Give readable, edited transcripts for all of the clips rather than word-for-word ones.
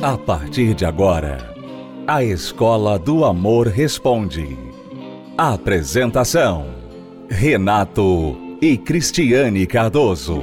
A partir de agora, a Escola do Amor Responde. Apresentação: Renato e Cristiane Cardoso.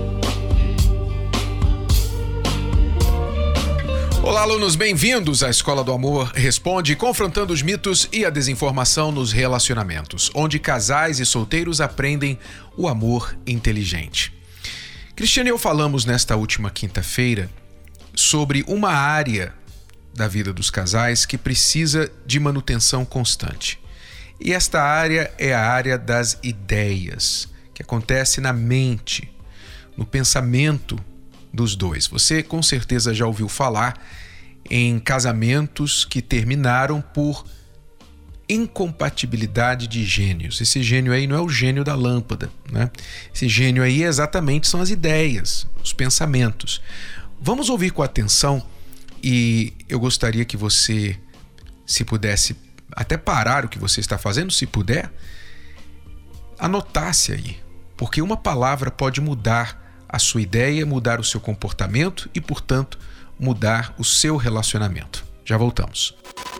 Olá, alunos, bem-vindos à Escola do Amor Responde, confrontando os mitos e a desinformação nos relacionamentos, onde casais e solteiros aprendem o amor inteligente. Cristiane e eu falamos nesta última quinta-feira sobre uma área da vida dos casais que precisa de manutenção constante. E esta área é a área das ideias, que acontece na mente, no pensamento dos dois. Você com certeza já ouviu falar em casamentos que terminaram por incompatibilidade de gênios. Esse gênio aí não é o gênio da lâmpada, né? Esse gênio aí exatamente são as ideias, os pensamentos. Vamos ouvir com atenção e eu gostaria que você, se pudesse até parar o que você está fazendo, se puder, anotasse aí, porque uma palavra pode mudar a sua ideia, mudar o seu comportamento e, portanto, mudar o seu relacionamento. Já voltamos.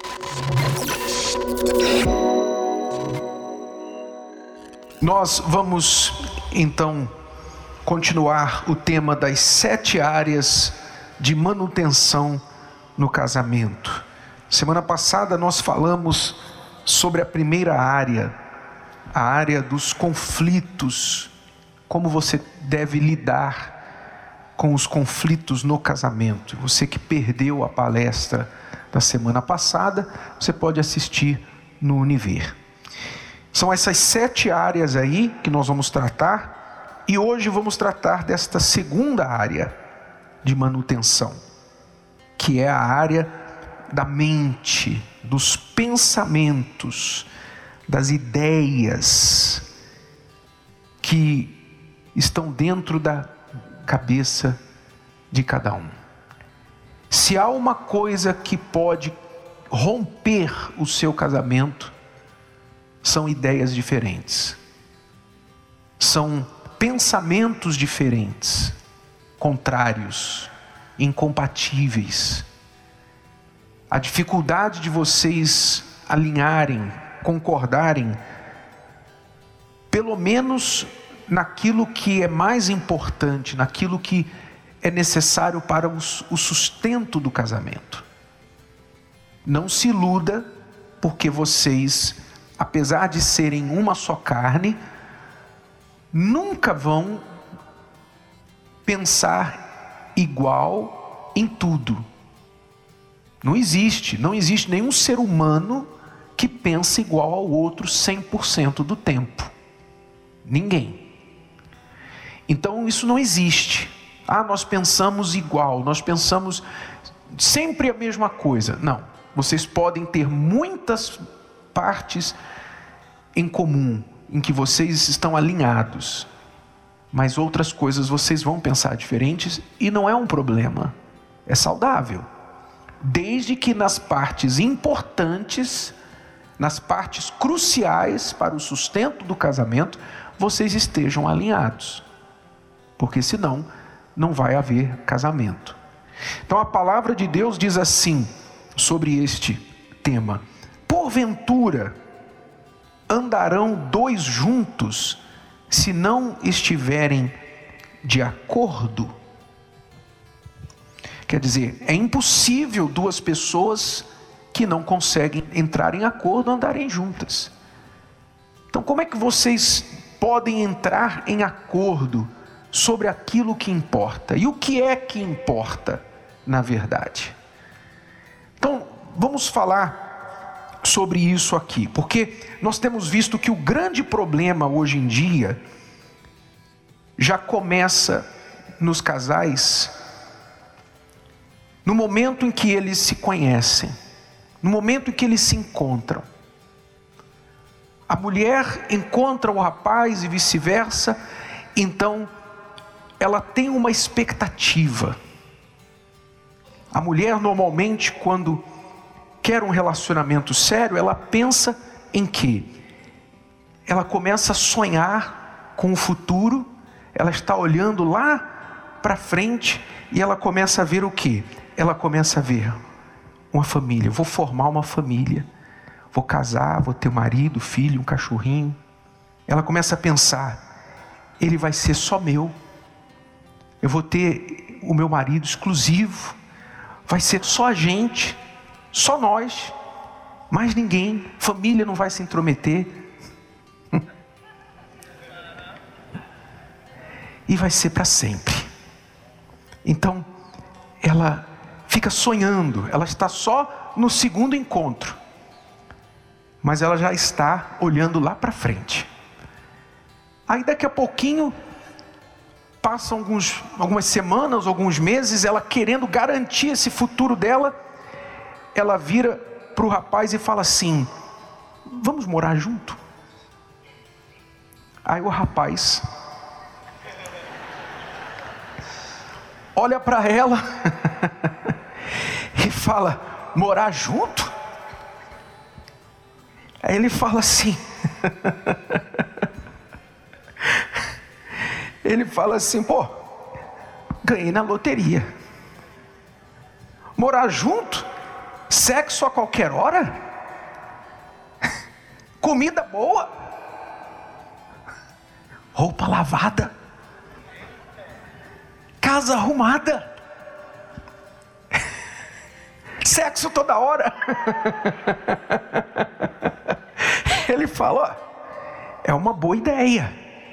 Nós vamos, então, continuar o tema das 7 áreas de manutenção no casamento. Semana passada nós falamos sobre a primeira área, a área dos conflitos, como você deve lidar com os conflitos no casamento. Você que perdeu a palestra da semana passada, você pode assistir no Univer. São essas 7 áreas aí que nós vamos tratar, e hoje vamos tratar desta segunda área de manutenção, que é a área da mente, dos pensamentos, das ideias que estão dentro da cabeça de cada um. Se há uma coisa que pode romper o seu casamento, são ideias diferentes, são pensamentos diferentes, contrários, incompatíveis. A dificuldade de vocês alinharem, concordarem, pelo menos naquilo que é mais importante, naquilo que é necessário para o sustento do casamento. Não se iluda, porque vocês, apesar de serem uma só carne, nunca vão pensar igual em tudo. Não existe nenhum ser humano que pense igual ao outro 100% do tempo. Ninguém. Então isso não existe. Nós pensamos igual, nós pensamos sempre a mesma coisa. Não, vocês podem ter muitas partes em comum, em que vocês estão alinhados, mas outras coisas vocês vão pensar diferentes, e não é um problema, é saudável, desde que nas partes importantes, nas partes cruciais para o sustento do casamento, vocês estejam alinhados, porque senão não vai haver casamento. Então a palavra de Deus diz assim sobre este tema: porventura andarão 2 juntos se não estiverem de acordo? Quer dizer, é impossível 2 pessoas que não conseguem entrar em acordo andarem juntas. Então como é que vocês podem entrar em acordo sobre aquilo que importa? E o que é que importa, na verdade? Então vamos falar sobre isso aqui, porque nós temos visto que o grande problema hoje em dia já começa nos casais no momento em que eles se conhecem, no momento em que eles se encontram. A mulher encontra o rapaz e vice-versa, então ela tem uma expectativa. A mulher normalmente, quando quer um relacionamento sério, ela pensa em quê? Ela começa a sonhar com o futuro, ela está olhando lá para frente e ela começa a ver o quê? ela começa a ver uma família. Vou formar uma família. Vou casar, vou ter um marido, filho, um cachorrinho. Ela começa a pensar, ele vai ser só meu. Eu vou ter o meu marido exclusivo. Vai ser só a gente, só nós, mais ninguém. Família não vai se intrometer. E vai ser para sempre. Então, ela fica sonhando. Ela está só no segundo encontro. Mas ela já está olhando lá para frente. Aí daqui a pouquinho, passam algumas semanas, alguns meses, ela querendo garantir esse futuro dela, ela vira para o rapaz e fala assim: vamos morar junto? Aí o rapaz olha para ela e fala: morar junto? Aí ele fala assim, ele fala assim: pô, ganhei na loteria. Morar junto? Sexo a qualquer hora? Comida boa? Roupa lavada? Casa arrumada? Sexo toda hora? Ele fala: ó, é uma boa ideia.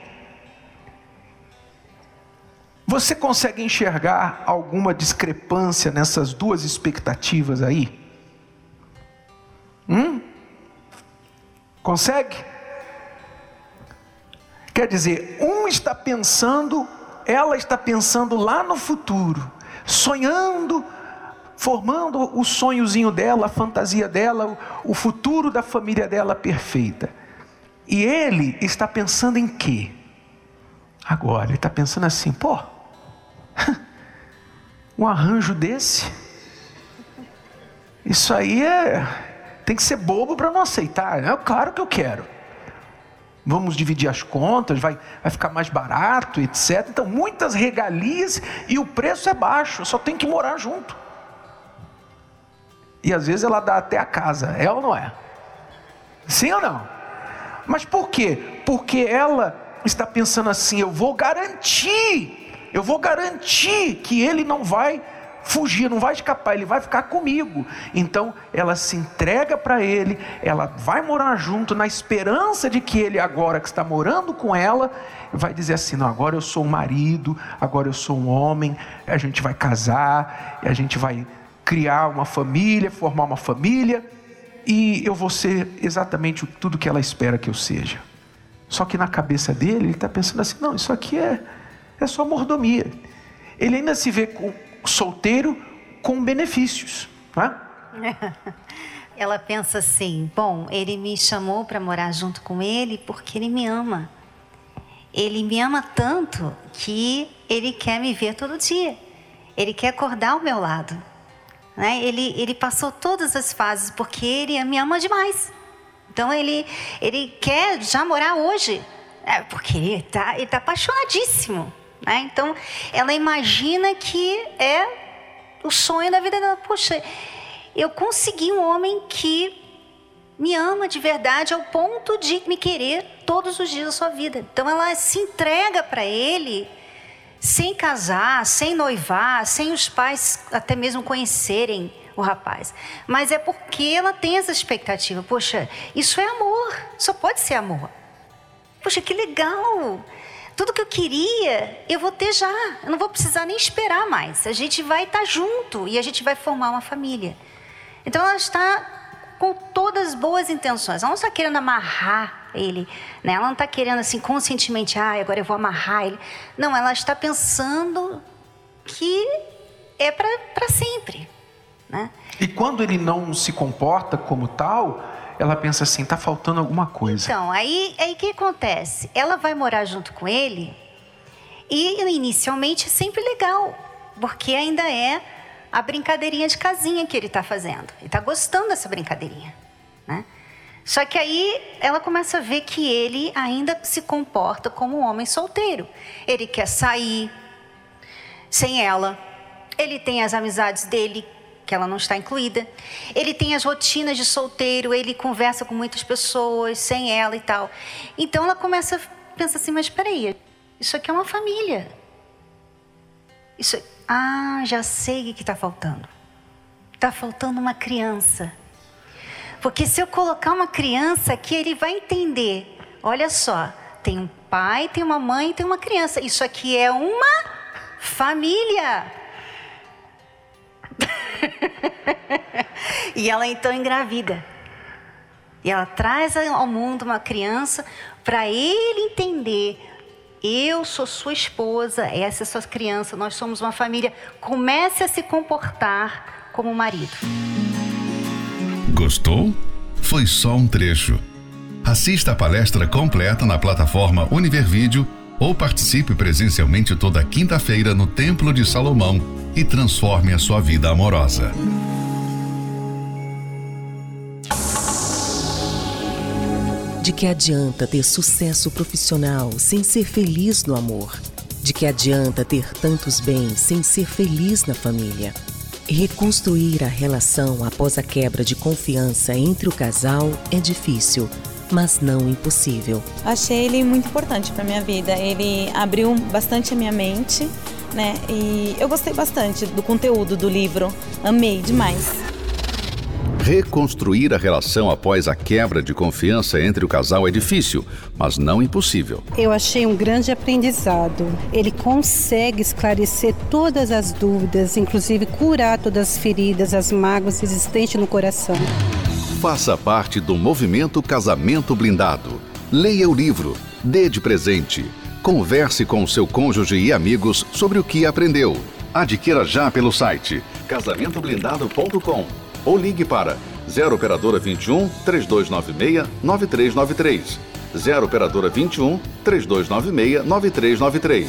Você consegue enxergar alguma discrepância nessas duas expectativas aí? Consegue? Quer dizer, está pensando, ela está pensando lá no futuro, sonhando, formando o sonhozinho dela, a fantasia dela, o futuro da família dela perfeita. E ele está pensando em quê? Agora, ele está pensando assim: pô, um arranjo desse, isso aí tem que ser bobo para não aceitar. É claro que eu quero. Vamos dividir as contas, vai ficar mais barato, etc. Então, muitas regalias e o preço é baixo, só tem que morar junto. E às vezes ela dá até a casa, é ou não é? Sim ou não? Mas por quê? Porque ela está pensando assim: eu vou garantir que ele não vai fugir, não vai escapar, ele vai ficar comigo. Então ela se entrega para ele, ela vai morar junto na esperança de que ele, agora que está morando com ela, vai dizer assim: não, agora eu sou um marido, agora eu sou um homem, a gente vai casar, a gente vai criar uma família, formar uma família, e eu vou ser exatamente tudo que ela espera que eu seja. Só que na cabeça dele, ele está pensando assim: não, isso aqui é só mordomia. Ele ainda se vê solteiro com benefícios, não é? Ela pensa assim: bom, ele me chamou para morar junto com ele porque ele me ama. Ele me ama tanto que ele quer me ver todo dia. Ele quer acordar ao meu lado, né? Ele passou todas as fases porque ele me ama demais. Então ele quer já morar hoje, porque ele tá apaixonadíssimo, né? Então ela imagina que é o sonho da vida dela. Poxa, eu consegui um homem que me ama de verdade ao ponto de me querer todos os dias da sua vida. Então ela se entrega para ele sem casar, sem noivar, sem os pais até mesmo conhecerem o rapaz. Mas é porque ela tem essa expectativa. Poxa, isso é amor, só pode ser amor. Poxa, que legal! Tudo que eu queria, eu vou ter já. Eu não vou precisar nem esperar mais. A gente vai estar junto e a gente vai formar uma família. Então ela está com todas as boas intenções. Ela não está querendo amarrar ele, né? Ela não está querendo assim conscientemente: agora eu vou amarrar ele. Não, ela está pensando que é para sempre, né? E quando ele não se comporta como tal, ela pensa assim: está faltando alguma coisa. Então, aí o que acontece? Ela vai morar junto com ele e inicialmente é sempre legal, porque ainda é a brincadeirinha de casinha que ele está fazendo. Ele está gostando dessa brincadeirinha, né? Só que aí ela começa a ver que ele ainda se comporta como um homem solteiro. Ele quer sair sem ela, Ele tem as amizades dele, que ela não está incluída. Ele tem as rotinas de solteiro, ele conversa com muitas pessoas, sem ela e tal. Então ela começa a pensar assim, mas espera aí, isso aqui é uma família. Já sei o que está faltando. Está faltando uma criança. Porque se eu colocar uma criança aqui, ele vai entender. Olha só, tem um pai, tem uma mãe, tem uma criança. Isso aqui é uma família. E ela então engravida. E ela traz ao mundo uma criança para ele entender: eu sou sua esposa, essa é sua criança, nós somos uma família. Comece a se comportar como marido. Gostou? Foi só um trecho. Assista a palestra completa na plataforma Univervídeo ou participe presencialmente toda quinta-feira no Templo de Salomão e transforme a sua vida amorosa. De que adianta ter sucesso profissional sem ser feliz no amor? De que adianta ter tantos bens sem ser feliz na família? Reconstruir a relação após a quebra de confiança entre o casal é difícil, mas não impossível. Achei ele muito importante para minha vida. Ele abriu bastante a minha mente, né? E eu gostei bastante do conteúdo do livro. Amei demais. Reconstruir a relação após a quebra de confiança entre o casal é difícil, mas não impossível. Eu achei um grande aprendizado. Ele consegue esclarecer todas as dúvidas, inclusive curar todas as feridas, as mágoas existentes no coração. Faça parte do movimento Casamento Blindado. Leia o livro, dê de presente. Converse com o seu cônjuge e amigos sobre o que aprendeu. Adquira já pelo site casamentoblindado.com ou ligue para 0 operadora 21 3296 9393. 0 operadora 21 3296 9393.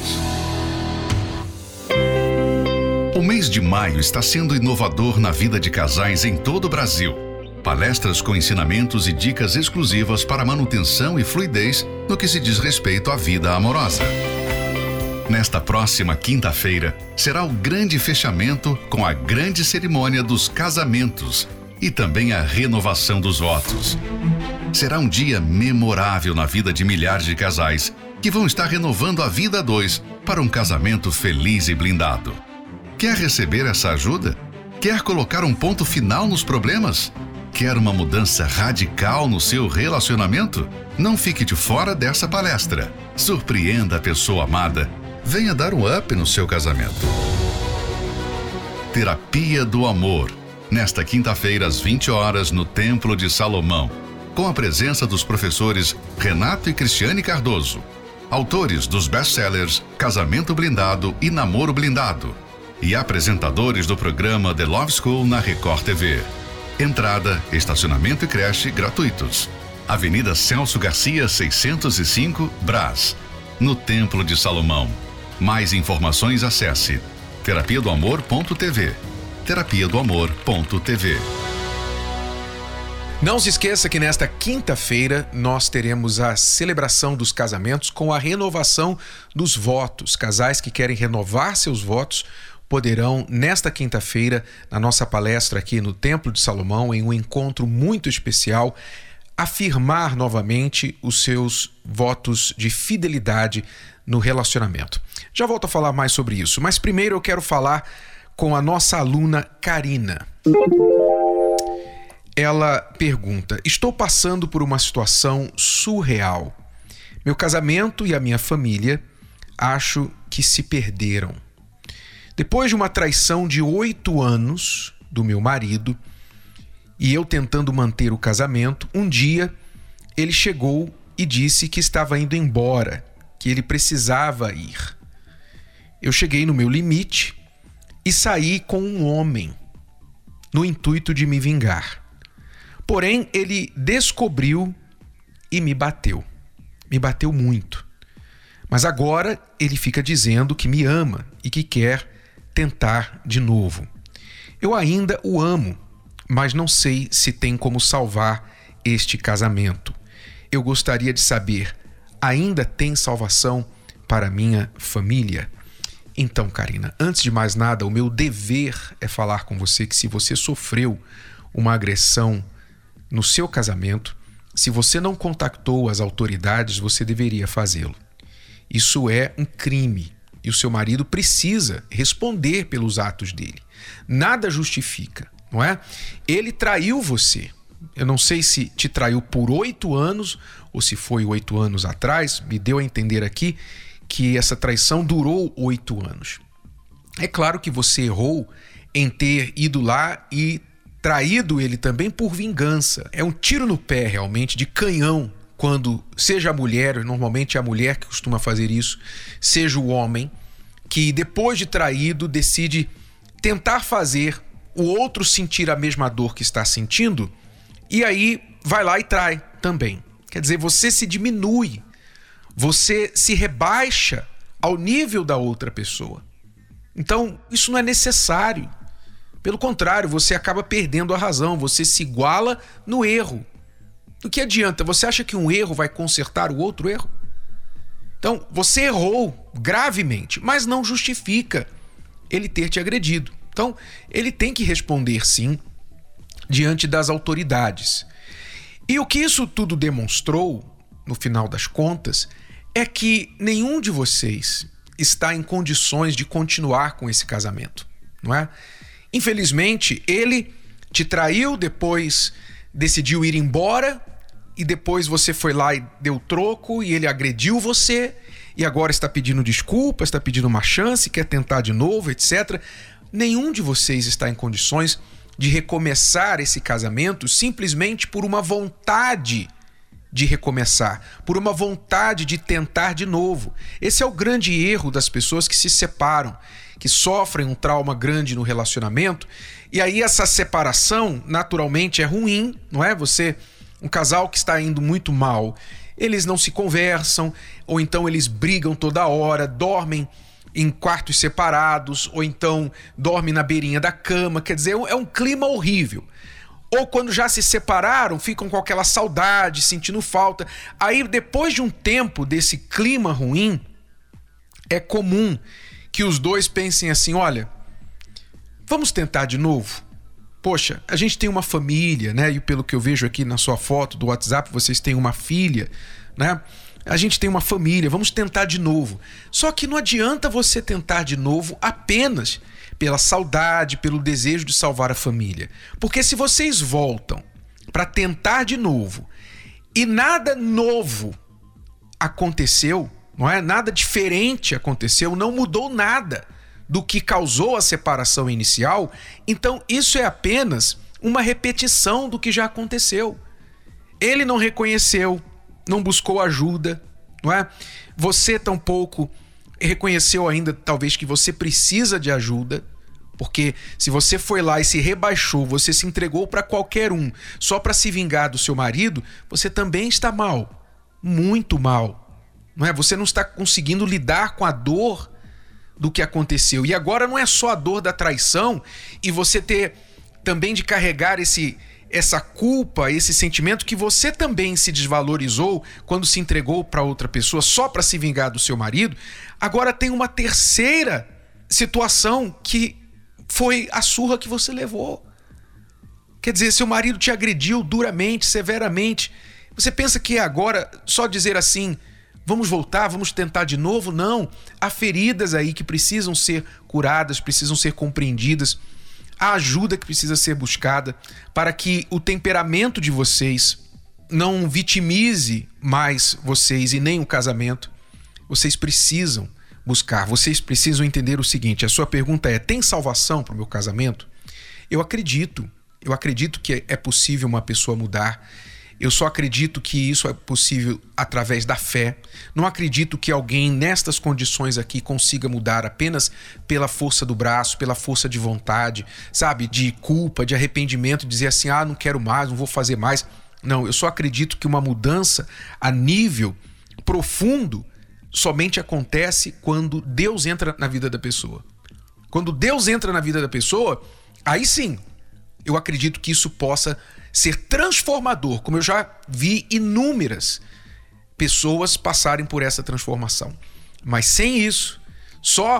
O mês de maio está sendo inovador na vida de casais em todo o Brasil. Palestras com ensinamentos e dicas exclusivas para manutenção e fluidez no que se diz respeito à vida amorosa. Nesta próxima quinta-feira, será o grande fechamento com a grande cerimônia dos casamentos e também a renovação dos votos. Será um dia memorável na vida de milhares de casais que vão estar renovando a vida a dois para um casamento feliz e blindado. Quer receber essa ajuda? Quer colocar um ponto final nos problemas? Quer uma mudança radical no seu relacionamento? Não fique de fora dessa palestra. Surpreenda a pessoa amada. Venha dar um up no seu casamento. Terapia do Amor. Nesta quinta-feira, às 20 horas, no Templo de Salomão. Com a presença dos professores Renato e Cristiane Cardoso. Autores dos best-sellers Casamento Blindado e Namoro Blindado. E apresentadores do programa The Love School na Record TV. Entrada, estacionamento e creche gratuitos. Avenida Celso Garcia, 605, Brás. No Templo de Salomão. Mais informações, acesse terapiadoamor.tv. terapiadoamor.tv. Não se esqueça que nesta quinta-feira nós teremos a celebração dos casamentos com a renovação dos votos. Casais que querem renovar seus votos poderão, nesta quinta-feira, na nossa palestra aqui no Templo de Salomão, em um encontro muito especial, afirmar novamente os seus votos de fidelidade no relacionamento. Já volto a falar mais sobre isso, mas primeiro eu quero falar com a nossa aluna Karina. Ela pergunta: estou passando por uma situação surreal. Meu casamento e a minha família acho que se perderam. Depois de uma traição de 8 anos do meu marido e eu tentando manter o casamento, um dia ele chegou e disse que estava indo embora, que ele precisava ir. Eu cheguei no meu limite e saí com um homem, no intuito de me vingar. Porém, ele descobriu e me bateu. Me bateu muito. Mas agora ele fica dizendo que me ama e que quer tentar de novo. Eu ainda o amo, mas não sei se tem como salvar este casamento. Eu gostaria de saber, ainda tem salvação para minha família? Então, Karina, antes de mais nada, o meu dever é falar com você que se você sofreu uma agressão no seu casamento, se você não contactou as autoridades, você deveria fazê-lo. Isso é um crime e o seu marido precisa responder pelos atos dele. Nada justifica, não é? Ele traiu você. Eu não sei se te traiu por 8 anos ou se foi 8 anos atrás, me deu a entender aqui que essa traição durou 8 anos. É claro que você errou em ter ido lá e traído ele também por vingança. É um tiro no pé, realmente, de canhão, quando seja a mulher, normalmente é a mulher que costuma fazer isso, seja o homem, que depois de traído decide tentar fazer o outro sentir a mesma dor que está sentindo e aí vai lá e trai também. Quer dizer, você se diminui, você se rebaixa ao nível da outra pessoa. Então, isso não é necessário. Pelo contrário, você acaba perdendo a razão, você se iguala no erro. Do que adianta? Você acha que um erro vai consertar o outro erro? Então, você errou gravemente, mas não justifica ele ter te agredido. Então, ele tem que responder sim diante das autoridades. E o que isso tudo demonstrou, no final das contas, é que nenhum de vocês está em condições de continuar com esse casamento, não é? Infelizmente, ele te traiu, depois decidiu ir embora e depois você foi lá e deu troco e ele agrediu você e agora está pedindo desculpas, está pedindo uma chance, quer tentar de novo, etc. Nenhum de vocês está em condições de recomeçar esse casamento simplesmente por uma vontade de recomeçar, por uma vontade de tentar de novo. Esse é o grande erro das pessoas que se separam, que sofrem um trauma grande no relacionamento, e aí essa separação naturalmente é ruim, não é? Um casal que está indo muito mal, eles não se conversam, ou então eles brigam toda hora, dormem em quartos separados, ou então dormem na beirinha da cama, quer dizer, é um clima horrível. Ou quando já se separaram, ficam com aquela saudade, sentindo falta. Aí, depois de um tempo desse clima ruim, é comum que os dois pensem assim, olha, vamos tentar de novo? Poxa, a gente tem uma família, né? E pelo que eu vejo aqui na sua foto do WhatsApp, vocês têm uma filha, né? A gente tem uma família, vamos tentar de novo. Só que não adianta você tentar de novo apenas pela saudade, pelo desejo de salvar a família. Porque se vocês voltam para tentar de novo e nada novo aconteceu, não é? Nada diferente aconteceu, não mudou nada do que causou a separação inicial, então isso é apenas uma repetição do que já aconteceu. Ele não reconheceu, não buscou ajuda, não é? Você tampouco reconheceu ainda, talvez, que você precisa de ajuda, porque se você foi lá e se rebaixou, você se entregou para qualquer um só para se vingar do seu marido, você também está mal, muito mal, não é? Você não está conseguindo lidar com a dor do que aconteceu. E agora não é só a dor da traição e você ter também de carregar essa culpa, esse sentimento que você também se desvalorizou quando se entregou para outra pessoa só para se vingar do seu marido. Agora tem uma terceira situação que foi a surra que você levou. Quer dizer, seu marido te agrediu duramente, severamente. Você pensa que é agora só dizer assim, vamos voltar, vamos tentar de novo? Não. Há feridas aí que precisam ser curadas, precisam ser compreendidas. Há ajuda que precisa ser buscada para que o temperamento de vocês não vitimize mais vocês e nem o casamento. Vocês precisam buscar, vocês precisam entender o seguinte, a sua pergunta é, tem salvação para o meu casamento? Eu acredito que é possível uma pessoa mudar. Eu só acredito que isso é possível através da fé. Não acredito que alguém nestas condições aqui consiga mudar apenas pela força do braço, pela força de vontade, sabe? De culpa, de arrependimento, dizer assim, não quero mais, não vou fazer mais. Não, eu só acredito que uma mudança a nível profundo somente acontece quando Deus entra na vida da pessoa. Quando Deus entra na vida da pessoa, aí sim, eu acredito que isso possa ser transformador, como eu já vi inúmeras pessoas passarem por essa transformação. Mas sem isso, só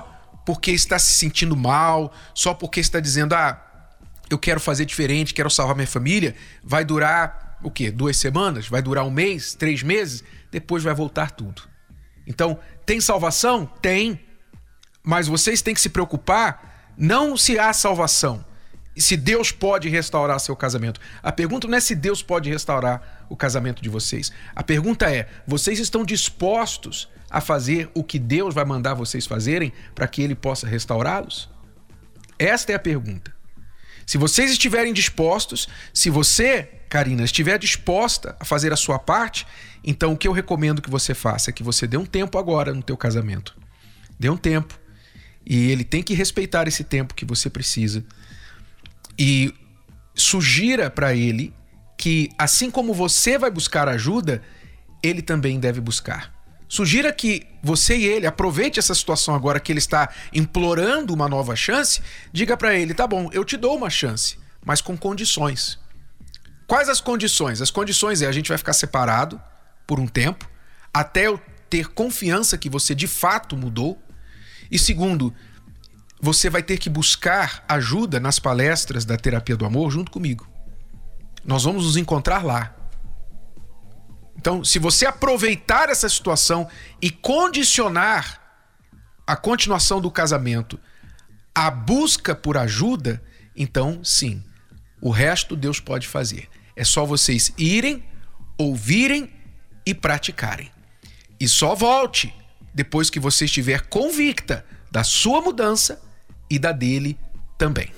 porque está se sentindo mal, só porque está dizendo, eu quero fazer diferente, quero salvar minha família, vai durar o quê? 2 semanas? Vai durar 1 mês? 3 meses? Depois vai voltar tudo. Então, tem salvação? Tem. Mas vocês têm que se preocupar não se há salvação, se Deus pode restaurar seu casamento. A pergunta não é se Deus pode restaurar o casamento de vocês. A pergunta é, vocês estão dispostos a fazer o que Deus vai mandar vocês fazerem para que Ele possa restaurá-los? Esta é a pergunta. Se vocês estiverem dispostos, se você, Karina, estiver disposta a fazer a sua parte, então o que eu recomendo que você faça é que você dê um tempo agora no teu casamento. Dê um tempo. E ele tem que respeitar esse tempo que você precisa. E sugira para ele que, assim como você vai buscar ajuda, ele também deve buscar. Sugira que você e ele aproveite essa situação agora que ele está implorando uma nova chance. Diga para ele, tá bom, eu te dou uma chance, mas com condições. Quais as condições? As condições a gente vai ficar separado por um tempo, até eu ter confiança que você de fato mudou. E segundo, você vai ter que buscar ajuda nas palestras da Terapia do Amor junto comigo. Nós vamos nos encontrar lá. Então, se você aproveitar essa situação e condicionar a continuação do casamento à busca por ajuda, então, sim, o resto Deus pode fazer. É só vocês irem, ouvirem e praticarem. E só volte depois que você estiver convicta da sua mudança e da dele também.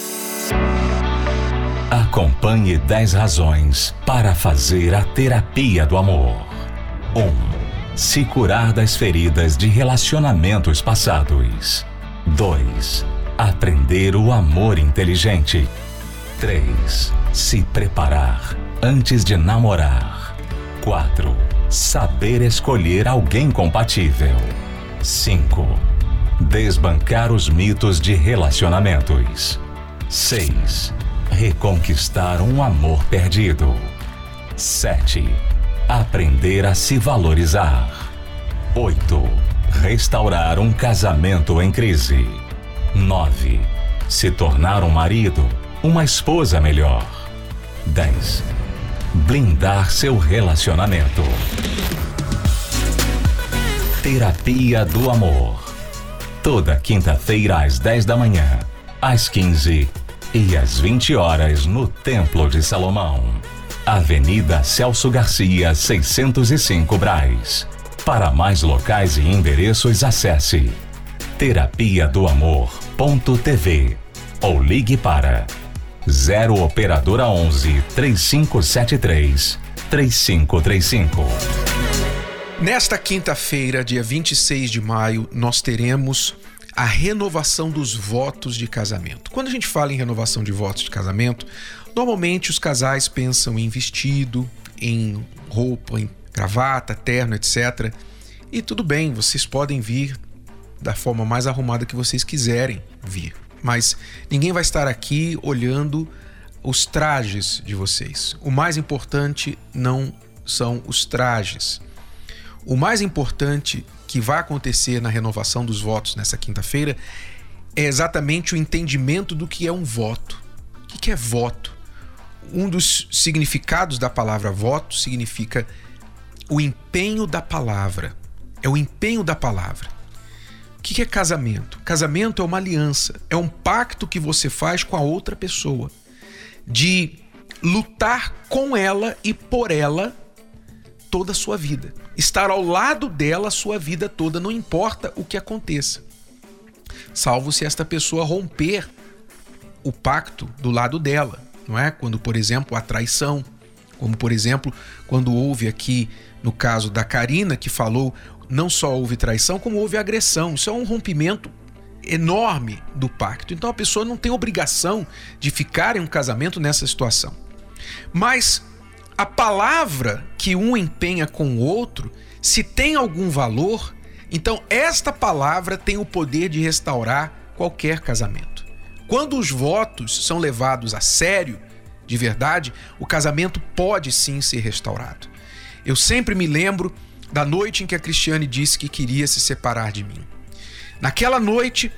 Acompanhe 10 razões para fazer a terapia do amor. 1. Se curar das feridas de relacionamentos passados. 2. Aprender o amor inteligente. 3. Se preparar antes de namorar. 4. Saber escolher alguém compatível. 5. Desbancar os mitos de relacionamentos. 6. Reconquistar um amor perdido. 7. Aprender a se valorizar. 8. Restaurar um casamento em crise. 9. Se tornar um marido, uma esposa melhor. 10. Blindar seu relacionamento. Terapia do Amor. Toda quinta-feira às 10 da manhã, às 15 e às 20 horas no Templo de Salomão. Avenida Celso Garcia, 605 Brás. Para mais locais e endereços, acesse terapiadoamor.tv ou ligue para 0 Operadora 11 3573 3535. Nesta quinta-feira, dia 26 de maio, nós teremos a renovação dos votos de casamento. Quando a gente fala em renovação de votos de casamento, normalmente os casais pensam em vestido, em roupa, em gravata, terno, etc. E tudo bem, vocês podem vir da forma mais arrumada que vocês quiserem vir. Mas ninguém vai estar aqui olhando os trajes de vocês. O mais importante não são os trajes. O mais importante que vai acontecer na renovação dos votos nessa quinta-feira é exatamente o entendimento do que é um voto. O que é voto? Um dos significados da palavra voto significa o empenho da palavra. É o empenho da palavra. O que é casamento? Casamento é uma aliança, é um pacto que você faz com a outra pessoa, de lutar com ela e por ela toda a sua vida. Estar ao lado dela a sua vida toda, não importa o que aconteça. Salvo se esta pessoa romper o pacto do lado dela, não é? Quando, por exemplo, a traição, como, por exemplo, quando houve aqui, no caso da Karina, que falou, não só houve traição, como houve agressão. Isso é um rompimento enorme do pacto. Então a pessoa não tem obrigação de ficar em um casamento nessa situação. Mas a palavra que um empenha com o outro, se tem algum valor, então esta palavra tem o poder de restaurar qualquer casamento. Quando os votos são levados a sério, de verdade, o casamento pode sim ser restaurado. Eu sempre me lembro da noite em que a Cristiane disse que queria se separar de mim. Naquela noite,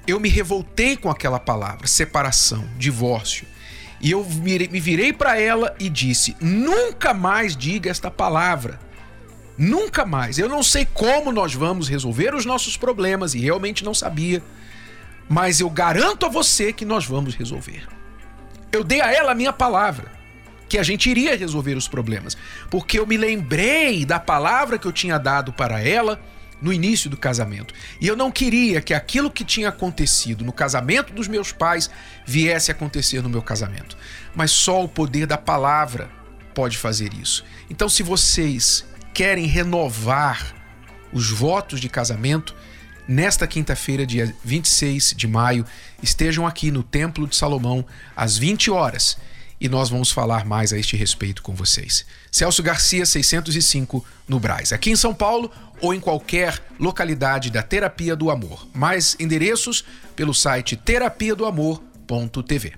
eu me revoltei com aquela palavra, separação, divórcio. E eu me virei para ela e disse: nunca mais diga esta palavra. Nunca mais. Eu não sei como nós vamos resolver os nossos problemas, e realmente não sabia, mas eu garanto a você que nós vamos resolver. Eu dei a ela a minha palavra, que a gente iria resolver os problemas, porque eu me lembrei da palavra que eu tinha dado para ela no início do casamento. E eu não queria que aquilo que tinha acontecido no casamento dos meus pais viesse a acontecer no meu casamento. Mas só o poder da palavra pode fazer isso. Então, se vocês querem renovar os votos de casamento, nesta quinta-feira, dia 26 de maio, estejam aqui no Templo de Salomão às 20 horas e nós vamos falar mais a este respeito com vocês. Celso Garcia, 605, no Brás, aqui em São Paulo ou em qualquer localidade da Terapia do Amor. Mais endereços pelo site terapiadoamor.tv.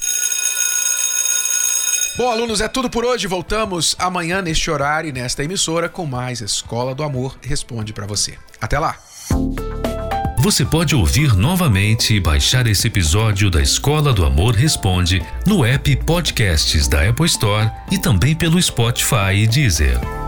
Bom, alunos, é tudo por hoje. Voltamos amanhã neste horário e nesta emissora com mais Escola do Amor Responde para você. Até lá! Você pode ouvir novamente e baixar esse episódio da Escola do Amor Responde no app Podcasts da Apple Store e também pelo Spotify e Deezer.